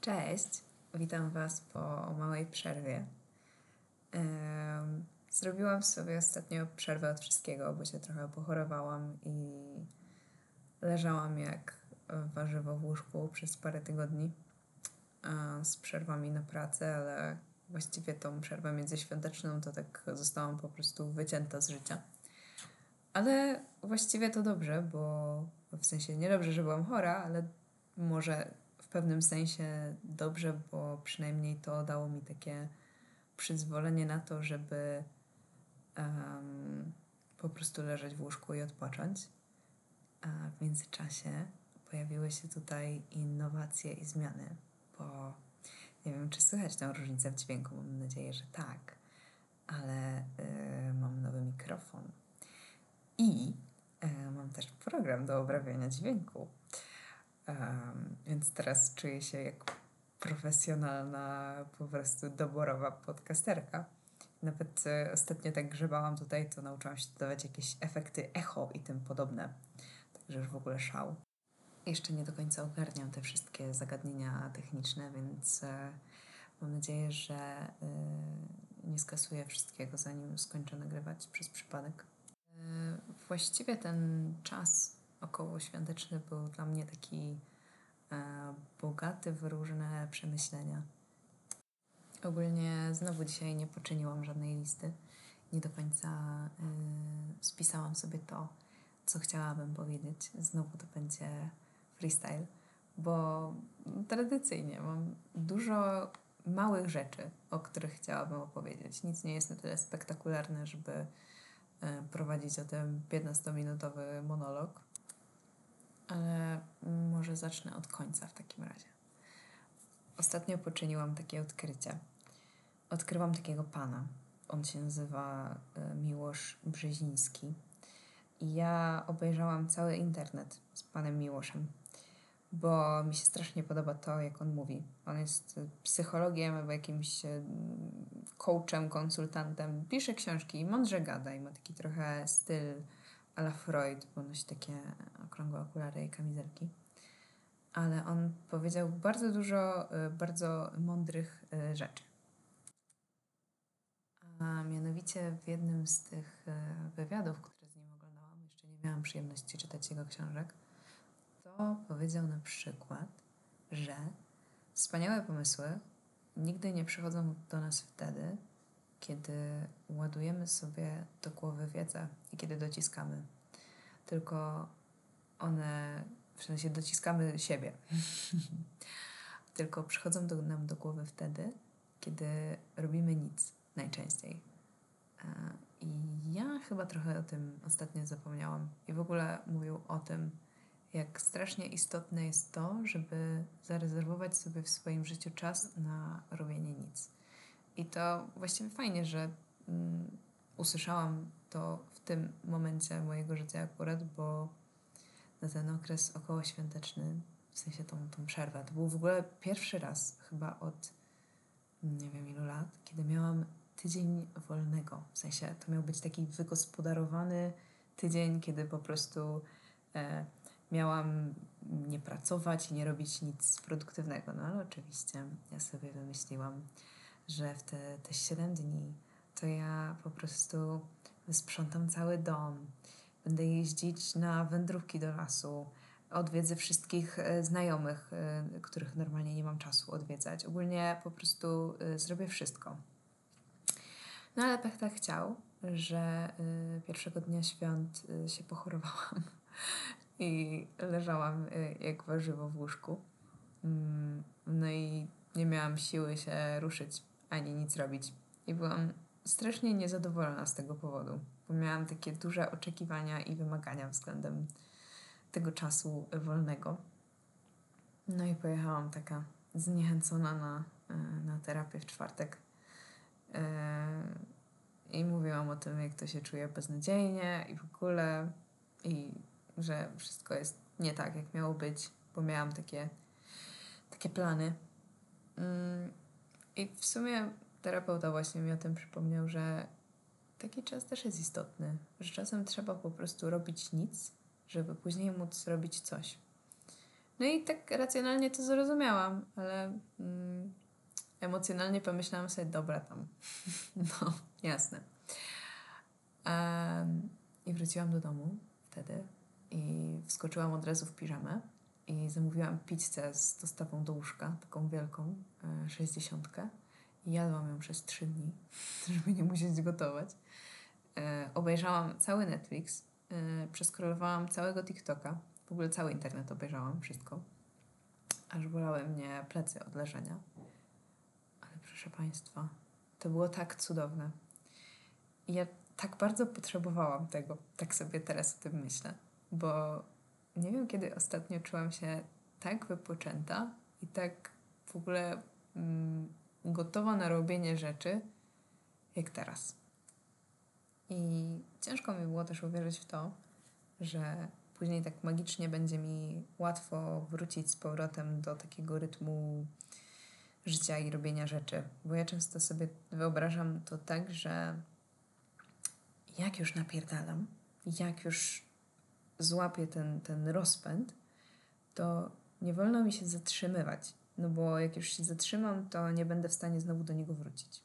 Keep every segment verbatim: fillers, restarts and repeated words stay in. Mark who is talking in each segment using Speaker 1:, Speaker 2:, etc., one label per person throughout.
Speaker 1: Cześć, witam Was po małej przerwie. Em, Zrobiłam sobie ostatnio przerwę od wszystkiego, bo się trochę pochorowałam i leżałam jak warzywo w łóżku przez parę tygodni e, z przerwami na pracę, ale właściwie tą przerwę międzyświąteczną to tak zostałam po prostu wycięta z życia. Ale właściwie to dobrze, bo w sensie nie dobrze, że byłam chora, ale może w pewnym sensie dobrze, bo przynajmniej to dało mi takie przyzwolenie na to, żeby um, po prostu leżeć w łóżku i odpocząć. A w międzyczasie pojawiły się tutaj innowacje i zmiany, bo nie wiem, czy słychać tę różnicę w dźwięku, mam nadzieję, że tak, ale yy, mam nowy mikrofon. I e, mam też program do obrabiania dźwięku. Um, więc teraz czuję się jak profesjonalna, po prostu doborowa podcasterka. Nawet e, ostatnio tak grzebałam tutaj, to nauczyłam się dodawać jakieś efekty echo i tym podobne. Także już w ogóle szał. Jeszcze nie do końca ogarniam te wszystkie zagadnienia techniczne, więc e, mam nadzieję, że e, nie skasuję wszystkiego, zanim skończę nagrywać przez przypadek. Właściwie ten czas okołoświąteczny był dla mnie taki e, bogaty w różne przemyślenia. Ogólnie znowu dzisiaj nie poczyniłam żadnej listy. Nie do końca e, spisałam sobie to, co chciałabym powiedzieć. Znowu to będzie freestyle, bo tradycyjnie mam dużo małych rzeczy, o których chciałabym opowiedzieć. Nic nie jest na tyle spektakularne, żeby prowadzić o tym piętnastominutowy monolog, ale może zacznę od końca w takim razie. Ostatnio poczyniłam takie odkrycie. Odkryłam takiego pana. On się nazywa Miłosz Brzeziński. I ja obejrzałam cały internet z panem Miłoszem, bo mi się strasznie podoba to, jak on mówi. On jest psychologiem albo jakimś coachem, konsultantem. Pisze książki i mądrze gada i ma taki trochę styl a la Freud, bo nosi takie okrągłe okulary i kamizelki. Ale on powiedział bardzo dużo bardzo mądrych rzeczy. A mianowicie w jednym z tych wywiadów, które z nim oglądałam, jeszcze nie miałam przyjemności czytać jego książek, to powiedział na przykład, że wspaniałe pomysły nigdy nie przychodzą do nas wtedy, kiedy ładujemy sobie do głowy wiedzę i kiedy dociskamy. Tylko one, w sensie dociskamy siebie. Tylko przychodzą do, nam do głowy wtedy, kiedy robimy nic najczęściej. I ja chyba trochę o tym ostatnio zapomniałam. I w ogóle mówił o tym, jak strasznie istotne jest to, żeby zarezerwować sobie w swoim życiu czas na robienie nic. I to właściwie fajnie, że mm, usłyszałam to w tym momencie mojego życia akurat, bo na ten okres okołoświąteczny, w sensie tą, tą przerwę, to był w ogóle pierwszy raz chyba od nie wiem ilu lat, kiedy miałam tydzień wolnego. W sensie to miał być taki wygospodarowany tydzień, kiedy po prostu e, miałam nie pracować i nie robić nic produktywnego. No ale oczywiście ja sobie wymyśliłam, że w te, te siedem dni to ja po prostu wysprzątam cały dom. Będę jeździć na wędrówki do lasu. Odwiedzę wszystkich e, znajomych, e, których normalnie nie mam czasu odwiedzać. Ogólnie po prostu e, zrobię wszystko. No ale pech tak chciał, że y, pierwszego dnia świąt y, się pochorowałam i leżałam y, jak warzywo w łóżku. Mm, no i nie miałam siły się ruszyć ani nic robić. I byłam strasznie niezadowolona z tego powodu, bo miałam takie duże oczekiwania i wymagania względem tego czasu wolnego. No i pojechałam taka zniechęcona na, y, na terapię w czwartek. Y, I mówiłam o tym, jak to się czuje beznadziejnie i w ogóle, i że wszystko jest nie tak, jak miało być, bo miałam takie, takie plany. I w sumie terapeuta właśnie mi o tym przypomniał, że taki czas też jest istotny, że czasem trzeba po prostu robić nic, żeby później móc robić coś. No i tak racjonalnie to zrozumiałam, ale mm, emocjonalnie pomyślałam sobie, dobra tam. No, jasne. Um, I wróciłam do domu wtedy i wskoczyłam od razu w piżamę i zamówiłam pizzę z dostawą do łóżka, taką wielką, e, sześćdziesiątkę. I jadłam ją przez trzy dni, żeby nie musieć gotować. E, obejrzałam cały Netflix, e, przeskrolowałam całego TikToka, w ogóle cały internet obejrzałam, wszystko. Aż bolały mnie plecy od leżenia. Ale proszę Państwa, to było tak cudowne. I ja tak bardzo potrzebowałam tego, tak sobie teraz o tym myślę, bo nie wiem, kiedy ostatnio czułam się tak wypoczęta i tak w ogóle mm, gotowa na robienie rzeczy, jak teraz. I ciężko mi było też uwierzyć w to, że później tak magicznie będzie mi łatwo wrócić z powrotem do takiego rytmu życia i robienia rzeczy. Bo ja często sobie wyobrażam to tak, że jak już napierdalam, jak już złapię ten, ten rozpęd, to nie wolno mi się zatrzymywać. No bo jak już się zatrzymam, to nie będę w stanie znowu do niego wrócić.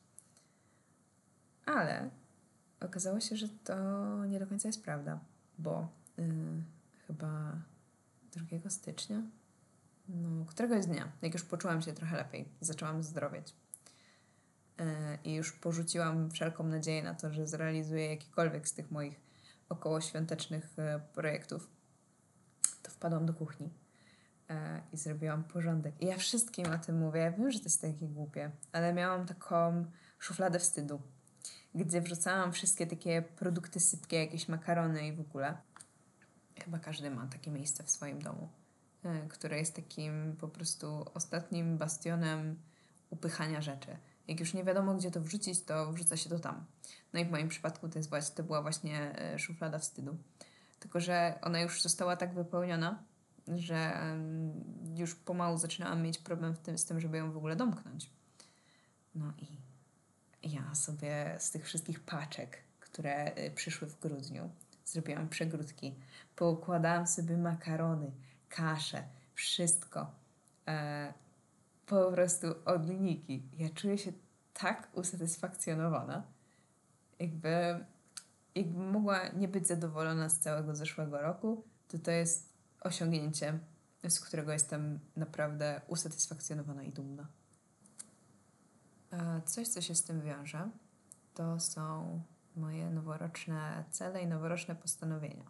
Speaker 1: Ale okazało się, że to nie do końca jest prawda, bo yy, chyba drugiego stycznia, no któregoś dnia, jak już poczułam się trochę lepiej, zaczęłam zdrowieć yy, i już porzuciłam wszelką nadzieję na to, że zrealizuję jakikolwiek z tych moich okołoświątecznych yy, projektów, to wpadłam do kuchni yy, i zrobiłam porządek. I ja wszystkim o tym mówię, ja wiem, że to jest takie głupie, ale miałam taką szufladę wstydu, gdzie wrzucałam wszystkie takie produkty sypkie, jakieś makarony i w ogóle. Chyba każdy ma takie miejsce w swoim domu, yy, które jest takim po prostu ostatnim bastionem upychania rzeczy. Jak już nie wiadomo, gdzie to wrzucić, to wrzuca się to tam. No i w moim przypadku to, jest właśnie, to była właśnie yy, szuflada wstydu. Tylko że ona już została tak wypełniona, że yy, już pomału zaczynałam mieć problem w tym, z tym, żeby ją w ogóle domknąć. No i ja sobie z tych wszystkich paczek, które y, przyszły w grudniu, zrobiłam przegródki. Poukładałam sobie makarony, kaszę, wszystko. E, po prostu od linijki. Ja czuję się tak usatysfakcjonowana, jakby, jakbym mogła nie być zadowolona z całego zeszłego roku, to to jest osiągnięcie, z którego jestem naprawdę usatysfakcjonowana i dumna. Coś, co się z tym wiąże, to są moje noworoczne cele i noworoczne postanowienia.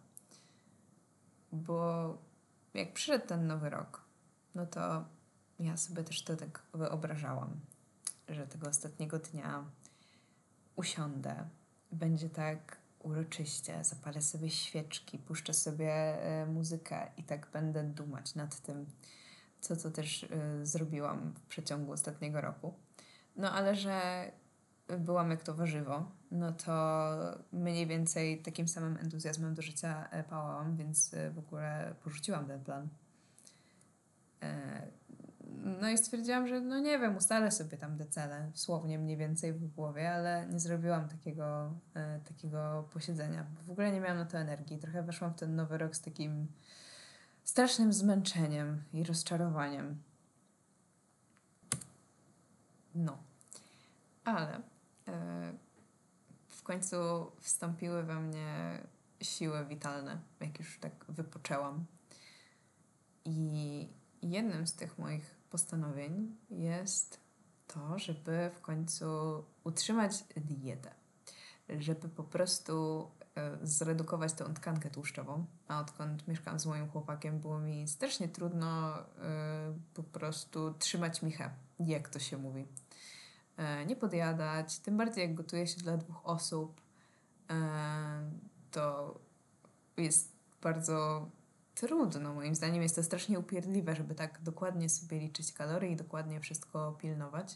Speaker 1: Bo jak przyszedł ten nowy rok, no to ja sobie też to tak wyobrażałam, że tego ostatniego dnia usiądę, będzie tak uroczyście, zapalę sobie świeczki, puszczę sobie e, muzykę i tak będę dumać nad tym, co to też e, zrobiłam w przeciągu ostatniego roku. No ale że byłam jak to warzywo, no to mniej więcej takim samym entuzjazmem do życia pałałam, więc w ogóle porzuciłam ten plan. No i stwierdziłam, że no nie wiem, ustalę sobie tam te cele, słownie mniej więcej w głowie, ale nie zrobiłam takiego, takiego posiedzenia. W ogóle nie miałam na to energii. Trochę weszłam w ten nowy rok z takim strasznym zmęczeniem i rozczarowaniem. No. Ale e, w końcu wstąpiły we mnie siły witalne, jak już tak wypoczęłam. I jednym z tych moich postanowień jest to, żeby w końcu utrzymać dietę. Żeby po prostu e, zredukować tą tkankę tłuszczową. A odkąd mieszkam z moim chłopakiem, było mi strasznie trudno e, po prostu trzymać michę, jak to się mówi. Nie podjadać, tym bardziej jak gotuje się dla dwóch osób, to jest bardzo trudno. Moim zdaniem jest to strasznie upierdliwe, żeby tak dokładnie sobie liczyć kalorie i dokładnie wszystko pilnować.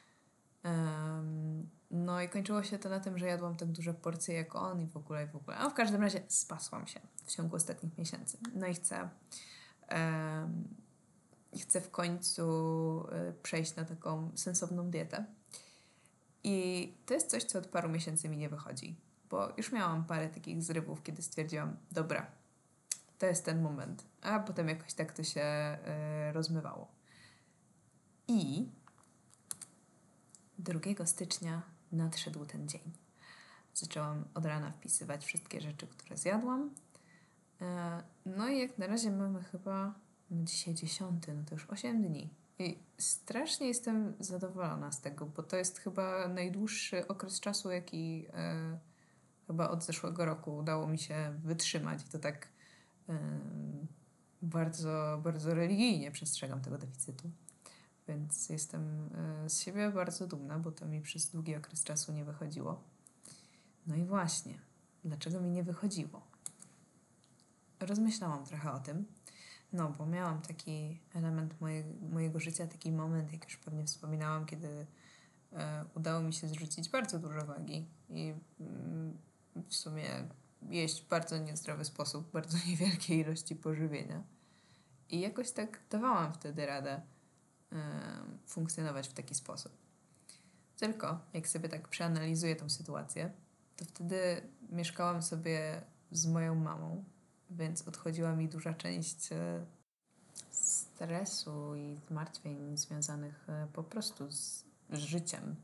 Speaker 1: No i kończyło się to na tym, że jadłam tak duże porcje jak on i w ogóle, i w ogóle. A w każdym razie spasłam się w ciągu ostatnich miesięcy. No i chcę... Um, chcę w końcu przejść na taką sensowną dietę. I to jest coś, co od paru miesięcy mi nie wychodzi. Bo już miałam parę takich zrywów, kiedy stwierdziłam, dobra, to jest ten moment. A potem jakoś tak to się y, rozmywało. I drugiego stycznia nadszedł ten dzień. Zaczęłam od rana wpisywać wszystkie rzeczy, które zjadłam. E, no i jak na razie mamy chyba, no dzisiaj dziesiąty, no to już osiem dni. I strasznie jestem zadowolona z tego, bo to jest chyba najdłuższy okres czasu, jaki e, chyba od zeszłego roku udało mi się wytrzymać. I to tak e, bardzo, bardzo religijnie przestrzegam tego deficytu. Więc jestem e, z siebie bardzo dumna, bo to mi przez długi okres czasu nie wychodziło. No i właśnie, dlaczego mi nie wychodziło? Rozmyślałam trochę o tym, no bo miałam taki element moje, mojego życia, taki moment, jak już pewnie wspominałam, kiedy e, udało mi się zrzucić bardzo dużo wagi i mm, w sumie jeść w bardzo niezdrowy sposób, bardzo niewielkie ilości pożywienia. I jakoś tak dawałam wtedy radę e, funkcjonować w taki sposób. Tylko jak sobie tak przeanalizuję tą sytuację, to wtedy mieszkałam sobie z moją mamą, więc odchodziła mi duża część e, stresu i zmartwień związanych e, po prostu z życiem.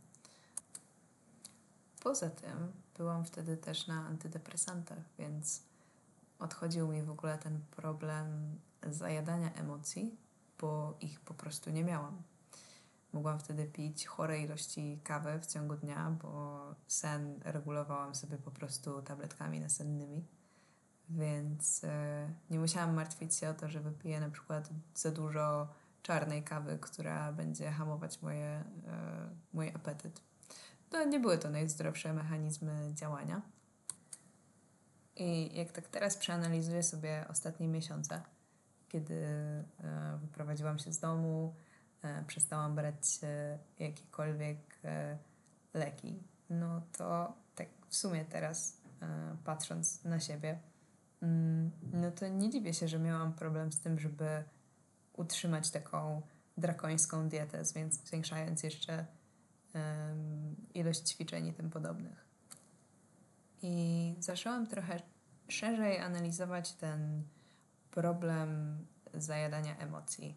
Speaker 1: Poza tym byłam wtedy też na antydepresantach, więc odchodził mi w ogóle ten problem zajadania emocji, bo ich po prostu nie miałam. Mogłam wtedy pić chore ilości kawy w ciągu dnia, bo sen regulowałam sobie po prostu tabletkami nasennymi. Więc e, nie musiałam martwić się o to, że wypiję na przykład za dużo czarnej kawy, która będzie hamować moje, e, mój apetyt. To nie były to najzdrowsze mechanizmy działania. I jak tak teraz przeanalizuję sobie ostatnie miesiące, kiedy e, wyprowadziłam się z domu, e, przestałam brać e, jakiekolwiek e, leki, no to tak w sumie teraz e, patrząc na siebie, mm, no to nie dziwię się, że miałam problem z tym, żeby utrzymać taką drakońską dietę, więc zwiększając jeszcze um, ilość ćwiczeń i tym podobnych. I zaczęłam trochę szerzej analizować ten problem zajadania emocji.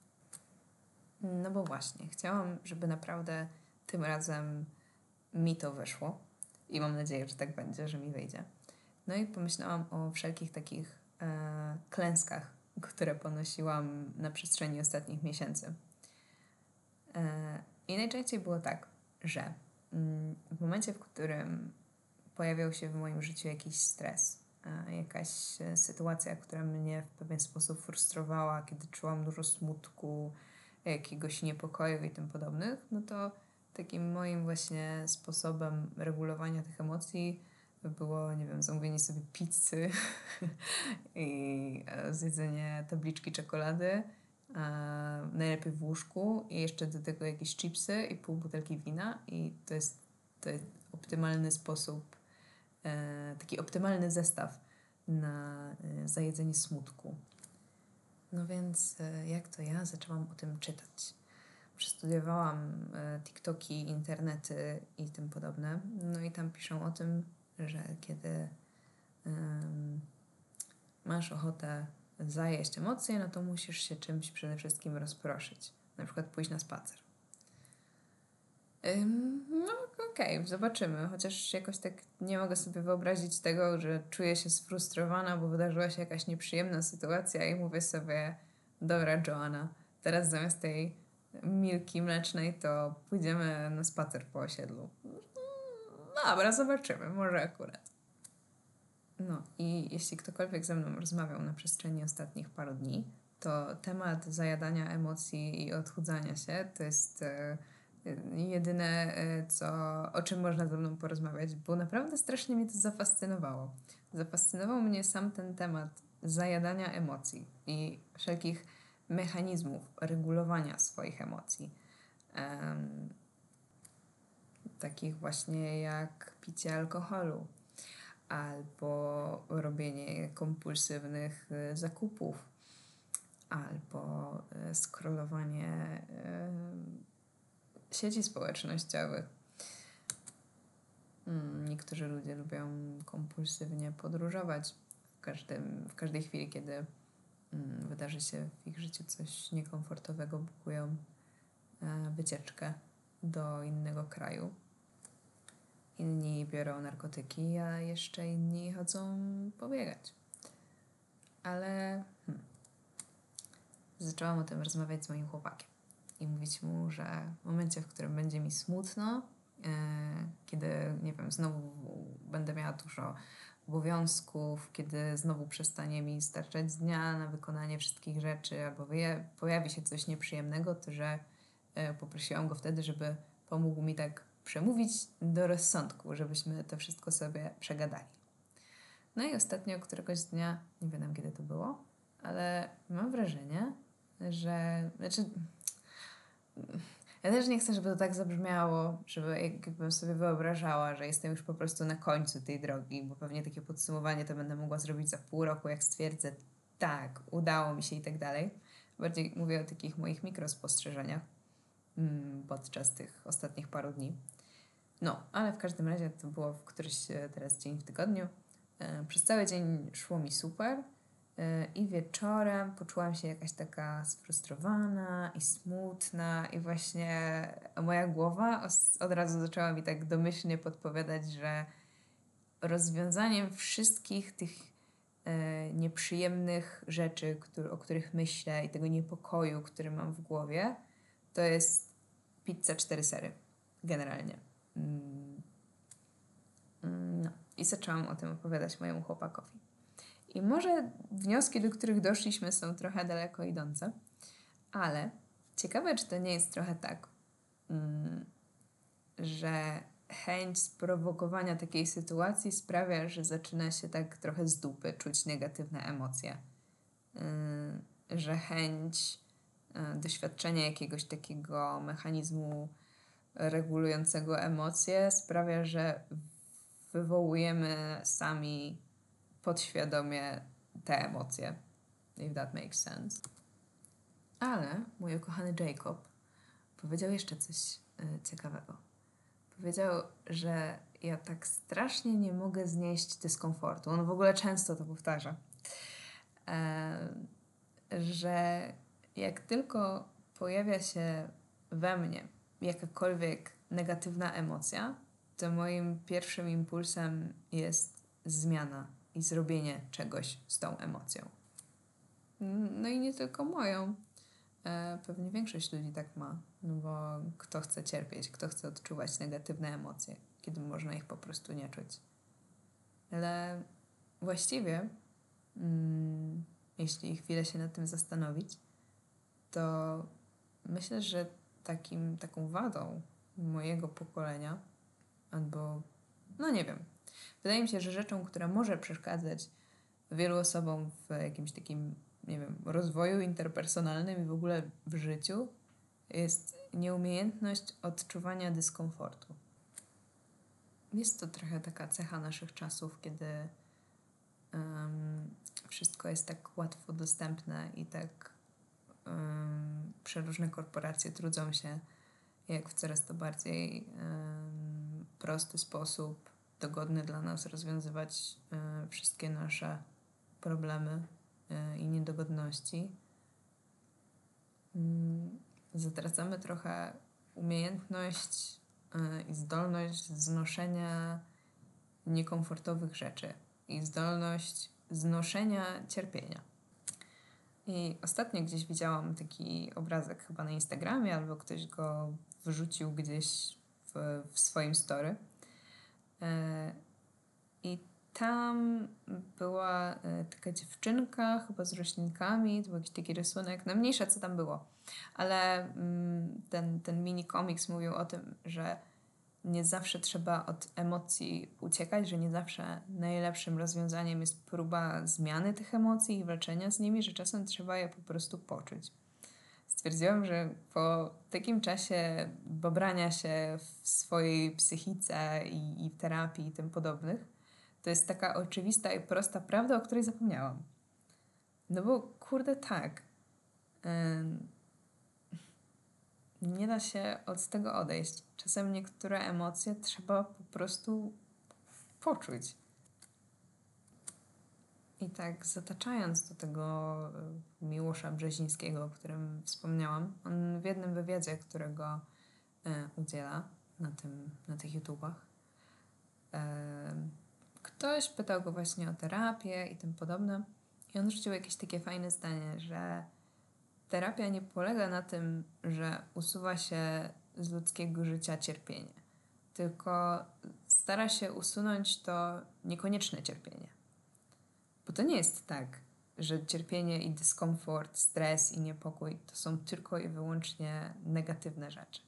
Speaker 1: No bo właśnie, chciałam, żeby naprawdę tym razem mi to wyszło i mam nadzieję, że tak będzie, że mi wyjdzie. No i pomyślałam o wszelkich takich e, klęskach, które ponosiłam na przestrzeni ostatnich miesięcy. E, I najczęściej było tak, że mm, w momencie, w którym pojawiał się w moim życiu jakiś stres, e, jakaś e, sytuacja, która mnie w pewien sposób frustrowała, kiedy czułam dużo smutku, jakiegoś niepokoju i tym podobnych, no to takim moim właśnie sposobem regulowania tych emocji było, nie wiem, zamówienie sobie pizzy i e, zjedzenie tabliczki czekolady, e, najlepiej w łóżku i jeszcze do tego jakieś chipsy i pół butelki wina i to jest, to jest optymalny sposób, e, taki optymalny zestaw na e, zajedzenie smutku. No więc e, jak to ja zaczęłam o tym czytać. Przestudiowałam e, TikToki, internety i tym podobne. No i tam piszą o tym, że kiedy um, masz ochotę zajeść emocje, no to musisz się czymś przede wszystkim rozproszyć. Na przykład pójść na spacer. Ym, no okej, okay, zobaczymy. Chociaż jakoś tak nie mogę sobie wyobrazić tego, że czuję się sfrustrowana, bo wydarzyła się jakaś nieprzyjemna sytuacja i mówię sobie, dobra Joanna, teraz zamiast tej milki mlecznej to pójdziemy na spacer po osiedlu. Dobra, zobaczymy, może akurat. No i jeśli ktokolwiek ze mną rozmawiał na przestrzeni ostatnich paru dni, to temat zajadania emocji i odchudzania się to jest e, jedyne, e, co, o czym można ze mną porozmawiać, bo naprawdę strasznie mnie to zafascynowało. Zafascynował mnie sam ten temat zajadania emocji i wszelkich mechanizmów regulowania swoich emocji. Um, takich właśnie jak picie alkoholu albo robienie kompulsywnych y, zakupów, albo y, scrollowanie y, sieci społecznościowych. Mm, niektórzy ludzie lubią kompulsywnie podróżować w, każdym, w każdej chwili, kiedy mm, wydarzy się w ich życiu coś niekomfortowego, bukują e, wycieczkę do innego kraju. Inni biorą narkotyki, a jeszcze inni chodzą pobiegać. Ale hmm, zaczęłam o tym rozmawiać z moim chłopakiem i mówić mu, że w momencie, w którym będzie mi smutno, e, kiedy, nie wiem, znowu będę miała dużo obowiązków, kiedy znowu przestanie mi starczać dnia na wykonanie wszystkich rzeczy, albo wie, pojawi się coś nieprzyjemnego, to że e, poprosiłam go wtedy, żeby pomógł mi tak przemówić do rozsądku, żebyśmy to wszystko sobie przegadali. No i ostatnio któregoś dnia, nie wiem kiedy to było, ale mam wrażenie, że... Znaczy, ja też nie chcę, żeby to tak zabrzmiało, żeby jakbym sobie wyobrażała, że jestem już po prostu na końcu tej drogi, bo pewnie takie podsumowanie to będę mogła zrobić za pół roku, jak stwierdzę, tak, udało mi się i tak dalej. Bardziej mówię o takich moich mikrospostrzeżeniach mm, podczas tych ostatnich paru dni. No, ale w każdym razie to było w któryś teraz dzień w tygodniu. E, przez cały dzień szło mi super e, i wieczorem poczułam się jakaś taka sfrustrowana i smutna i właśnie moja głowa os- od razu zaczęła mi tak domyślnie podpowiadać, że rozwiązaniem wszystkich tych e, nieprzyjemnych rzeczy, który, o których myślę i tego niepokoju, który mam w głowie, to jest pizza cztery sery. Generalnie. Mm. No. I zaczęłam o tym opowiadać mojemu chłopakowi. I może wnioski, do których doszliśmy, są trochę daleko idące, ale ciekawe, czy to nie jest trochę tak, mm, że chęć sprowokowania takiej sytuacji sprawia, że zaczyna się tak trochę z dupy czuć negatywne emocje. Yy, że chęć yy, doświadczenia jakiegoś takiego mechanizmu regulującego emocje sprawia, że wywołujemy sami podświadomie te emocje, if that makes sense. Ale mój ukochany Jacob powiedział jeszcze coś y, ciekawego. Powiedział, że ja tak strasznie nie mogę znieść dyskomfortu. On w ogóle często to powtarza. E, że jak tylko pojawia się we mnie jakakolwiek negatywna emocja, to moim pierwszym impulsem jest zmiana i zrobienie czegoś z tą emocją. No i nie tylko moją. E, pewnie większość ludzi tak ma, no bo kto chce cierpieć, kto chce odczuwać negatywne emocje, kiedy można ich po prostu nie czuć. Ale właściwie, mm, jeśli chwilę się nad tym zastanowić, to myślę, że takim, taką wadą mojego pokolenia, albo, no nie wiem, wydaje mi się, że rzeczą, która może przeszkadzać wielu osobom w jakimś takim, nie wiem, rozwoju interpersonalnym i w ogóle w życiu, jest nieumiejętność odczuwania dyskomfortu. Jest to trochę taka cecha naszych czasów, kiedy um, wszystko jest tak łatwo dostępne i tak um, przeróżne korporacje trudzą się, jak w coraz to bardziej um, prosty sposób, dogodny dla nas rozwiązywać um, wszystkie nasze problemy um, i niedogodności. Um, zatracamy trochę umiejętność um, i zdolność znoszenia niekomfortowych rzeczy i zdolność znoszenia cierpienia. I ostatnio gdzieś widziałam taki obrazek chyba na Instagramie, albo ktoś go wrzucił gdzieś w, w swoim story. E, I tam była e, taka dziewczynka chyba z roślinkami, to był jakiś taki rysunek, no mniejsza co tam było. Ale mm, ten, ten mini komiks mówił o tym, że nie zawsze trzeba od emocji uciekać, że nie zawsze najlepszym rozwiązaniem jest próba zmiany tych emocji i walczenia z nimi, że czasem trzeba je po prostu poczuć. Stwierdziłam, że po takim czasie bobrania się w swojej psychice i, i terapii i tym podobnych, to jest taka oczywista i prosta prawda, o której zapomniałam. No bo kurde tak, ym, nie da się od tego odejść. Czasem niektóre emocje trzeba po prostu poczuć. I tak zataczając do tego Miłosza Brzezińskiego, o którym wspomniałam, on w jednym wywiadzie, którego e, udziela na, tym, na tych YouTubach, e, ktoś pytał go właśnie o terapię i tym podobne i on rzucił jakieś takie fajne zdanie, że terapia nie polega na tym, że usuwa się z ludzkiego życia cierpienie, tylko stara się usunąć to niekonieczne cierpienie. Bo to nie jest tak, że cierpienie i dyskomfort, stres i niepokój to są tylko i wyłącznie negatywne rzeczy.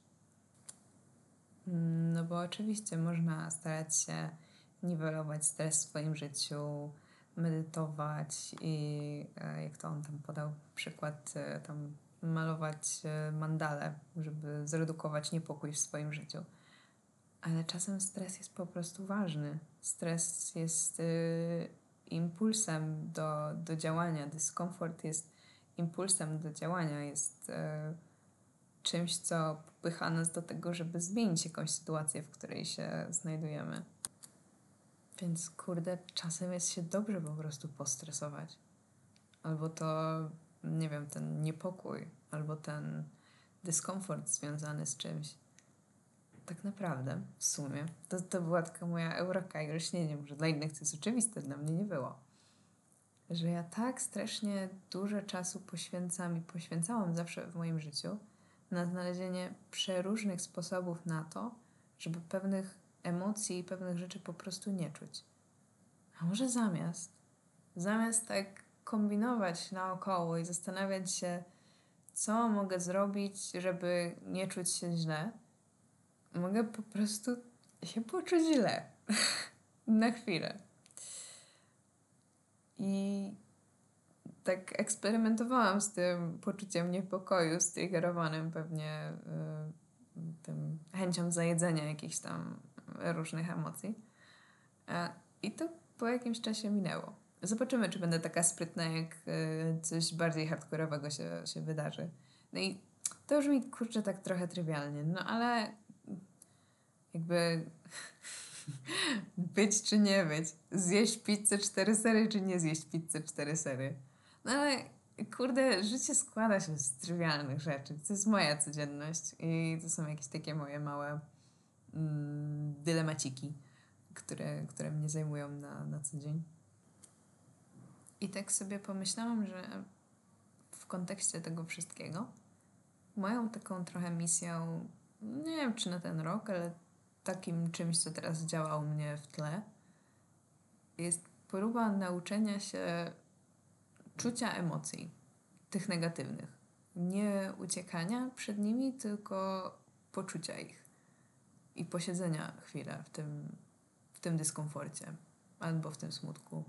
Speaker 1: No bo oczywiście można starać się niwelować stres w swoim życiu, medytować i jak to on tam podał przykład, tam malować mandale, żeby zredukować niepokój w swoim życiu. Ale czasem stres jest po prostu ważny. Stres jest y, impulsem do, do działania. Dyskomfort jest impulsem do działania. Jest y, czymś, co popycha nas do tego, żeby zmienić jakąś sytuację, w której się znajdujemy. Więc kurde, czasem jest się dobrze po prostu postresować. Albo to, nie wiem, ten niepokój, albo ten dyskomfort związany z czymś. Tak naprawdę, w sumie, to, to była taka moja eureka i olśnienie. Może dla innych to jest oczywiste, dla mnie nie było. Że ja tak strasznie dużo czasu poświęcam i poświęcałam zawsze w moim życiu na znalezienie przeróżnych sposobów na to, żeby pewnych emocji i pewnych rzeczy po prostu nie czuć. A może zamiast, zamiast tak kombinować naokoło i zastanawiać się, co mogę zrobić, żeby nie czuć się źle, mogę po prostu się poczuć źle. Na chwilę. I tak eksperymentowałam z tym poczuciem niepokoju, striggerowanym pewnie y, tym chęcią zajedzenia jakichś tam różnych emocji. A, I to po jakimś czasie minęło. Zobaczymy, czy będę taka sprytna, jak y, coś bardziej hardkorowego się, się wydarzy. No i to już mi kurczę tak trochę trywialnie, no ale jakby być czy nie być, zjeść pizzę cztery sery czy nie zjeść pizzę cztery sery. No ale kurde, życie składa się z trywialnych rzeczy. To jest moja codzienność i to są jakieś takie moje małe mm, dylemaciki, które, które mnie zajmują na, na co dzień. I tak sobie pomyślałam, że w kontekście tego wszystkiego moją taką trochę misją, nie wiem czy na ten rok, ale takim czymś, co teraz działa u mnie w tle, jest próba nauczenia się czucia emocji, tych negatywnych. Nie uciekania przed nimi, tylko poczucia ich i posiedzenia chwilę w tym, w tym dyskomforcie albo w tym smutku.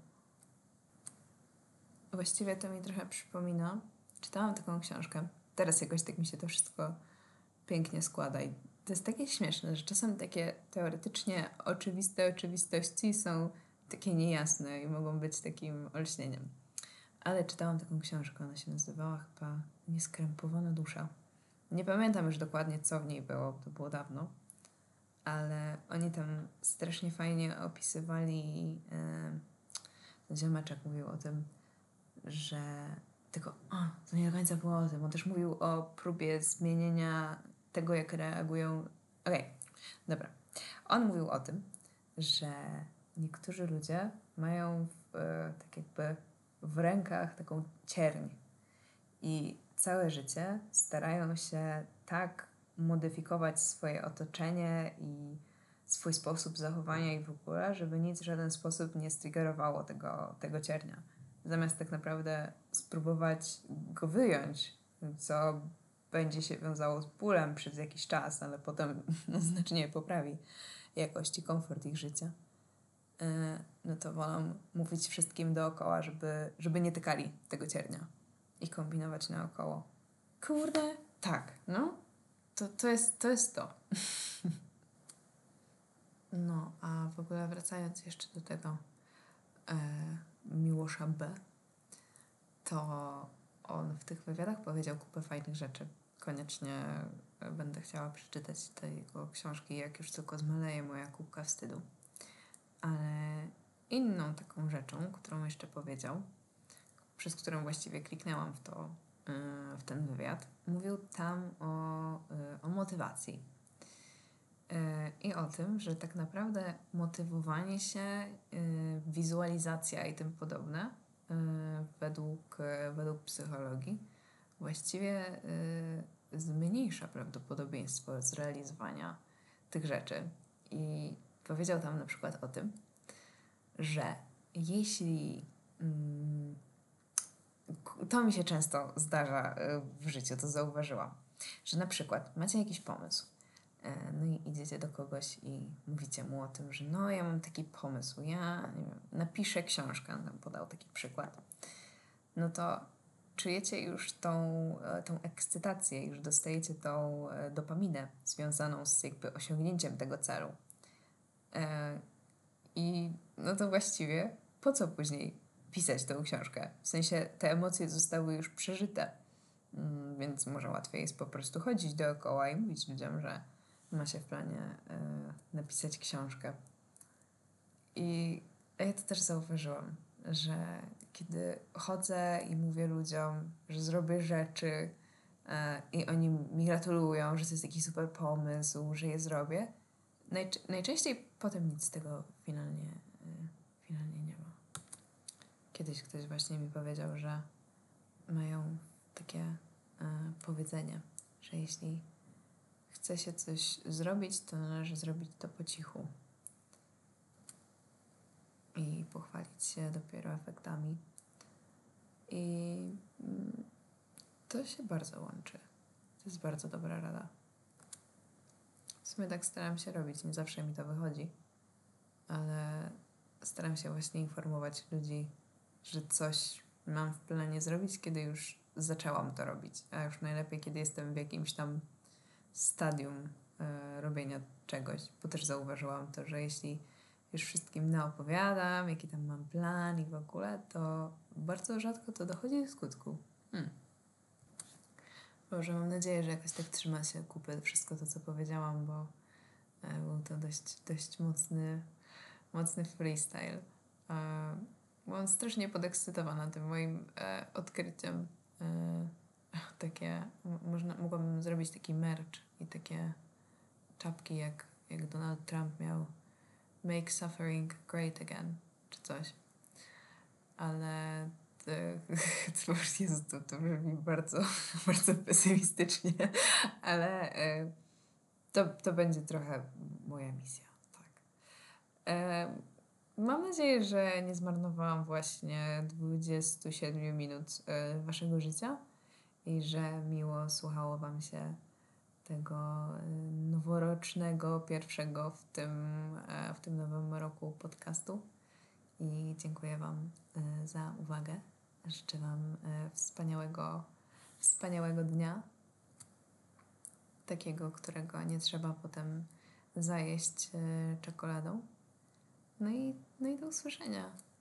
Speaker 1: Właściwie to mi trochę przypomina, czytałam taką książkę, teraz jakoś tak mi się to wszystko pięknie składa i to jest takie śmieszne, że czasem takie teoretycznie oczywiste oczywistości są takie niejasne i mogą być takim olśnieniem. Ale czytałam taką książkę, ona się nazywała chyba Nieskrępowana dusza. Nie pamiętam już dokładnie, co w niej było, to było dawno, ale oni tam strasznie fajnie opisywali, yy, ziomeczek mówił o tym, że tylko, o, to nie do końca było o tym, on też mówił o próbie zmienienia tego, jak reagują. Okej, okay, dobra. On mówił o tym, że niektórzy ludzie mają w, tak jakby w rękach taką cierń i całe życie starają się tak modyfikować swoje otoczenie i swój sposób zachowania i w ogóle, żeby nic w żaden sposób nie striggerowało tego, tego ciernia. Zamiast tak naprawdę spróbować go wyjąć, co będzie się wiązało z bólem przez jakiś czas, ale potem no, znacznie poprawi jakość i komfort ich życia, no to wolą mówić wszystkim dookoła, żeby, żeby nie tykali tego ciernia i kombinować naokoło. Kurde, tak, no. To, to, jest, to jest to. No, a w ogóle wracając jeszcze do tego e, Miłosza B., to on w tych wywiadach powiedział kupę fajnych rzeczy. Koniecznie będę chciała przeczytać te jego książki, jak już tylko zmaleje moja kubka wstydu. Ale inną taką rzeczą, którą jeszcze powiedział, przez którą właściwie kliknęłam w to, yy, w ten wywiad, mówił tam o, yy, o motywacji. Yy, I o tym, że tak naprawdę motywowanie się, yy, wizualizacja i tym podobne, yy, według, yy, według psychologii, właściwie yy, zmniejsza prawdopodobieństwo zrealizowania tych rzeczy. I powiedział tam na przykład o tym, że jeśli mm, to mi się często zdarza w życiu, to zauważyłam, że na przykład macie jakiś pomysł, no i idziecie do kogoś i mówicie mu o tym, że no ja mam taki pomysł, ja nie wiem, napiszę książkę, on tam podał taki przykład, no to czujecie już tą, tą ekscytację, już dostajecie tą dopaminę związaną z jakby osiągnięciem tego celu. I no to właściwie po co później pisać tę książkę? W sensie te emocje zostały już przeżyte, mm, więc może łatwiej jest po prostu chodzić dookoła i mówić ludziom, że ma się w planie y, napisać książkę. I ja to też zauważyłam, że kiedy chodzę i mówię ludziom, że zrobię rzeczy y, i oni mi gratulują, że to jest taki super pomysł, że je zrobię, Najcz- najczęściej potem nic z tego finalnie, yy, finalnie nie ma. Kiedyś ktoś właśnie mi powiedział, że mają takie yy, powiedzenie, że jeśli chce się coś zrobić, to należy zrobić to po cichu i pochwalić się dopiero efektami. I yy, to się bardzo łączy. To jest bardzo dobra rada. W sumie tak staram się robić, nie zawsze mi to wychodzi, ale staram się właśnie informować ludzi, że coś mam w planie zrobić, kiedy już zaczęłam to robić, a już najlepiej, kiedy jestem w jakimś tam stadium y, robienia czegoś, bo też zauważyłam to, że jeśli już wszystkim naopowiadam, jaki tam mam plan i w ogóle, to bardzo rzadko to dochodzi do skutku. Hmm. Boże, mam nadzieję, że jakoś tak trzyma się kupy wszystko to, co powiedziałam, bo e, był to dość, dość mocny, mocny freestyle. E, byłam strasznie podekscytowana tym moim e, odkryciem. E, takie, m- można, mogłabym zrobić taki merch i takie czapki, jak, jak Donald Trump miał Make Suffering Great Again, czy coś. Ale to, to, Jezu, to, to brzmi bardzo, bardzo pesymistycznie, ale e, to, to będzie trochę moja misja, tak. E, mam nadzieję, że nie zmarnowałam właśnie dwudziestu siedmiu minut e, waszego życia i że miło słuchało wam się tego e, noworocznego, pierwszego w tym, e, w tym nowym roku podcastu. I dziękuję wam e, za uwagę. Życzę wam e, wspaniałego, wspaniałego dnia. Takiego, którego nie trzeba potem zajeść e, czekoladą. No i, no i do usłyszenia.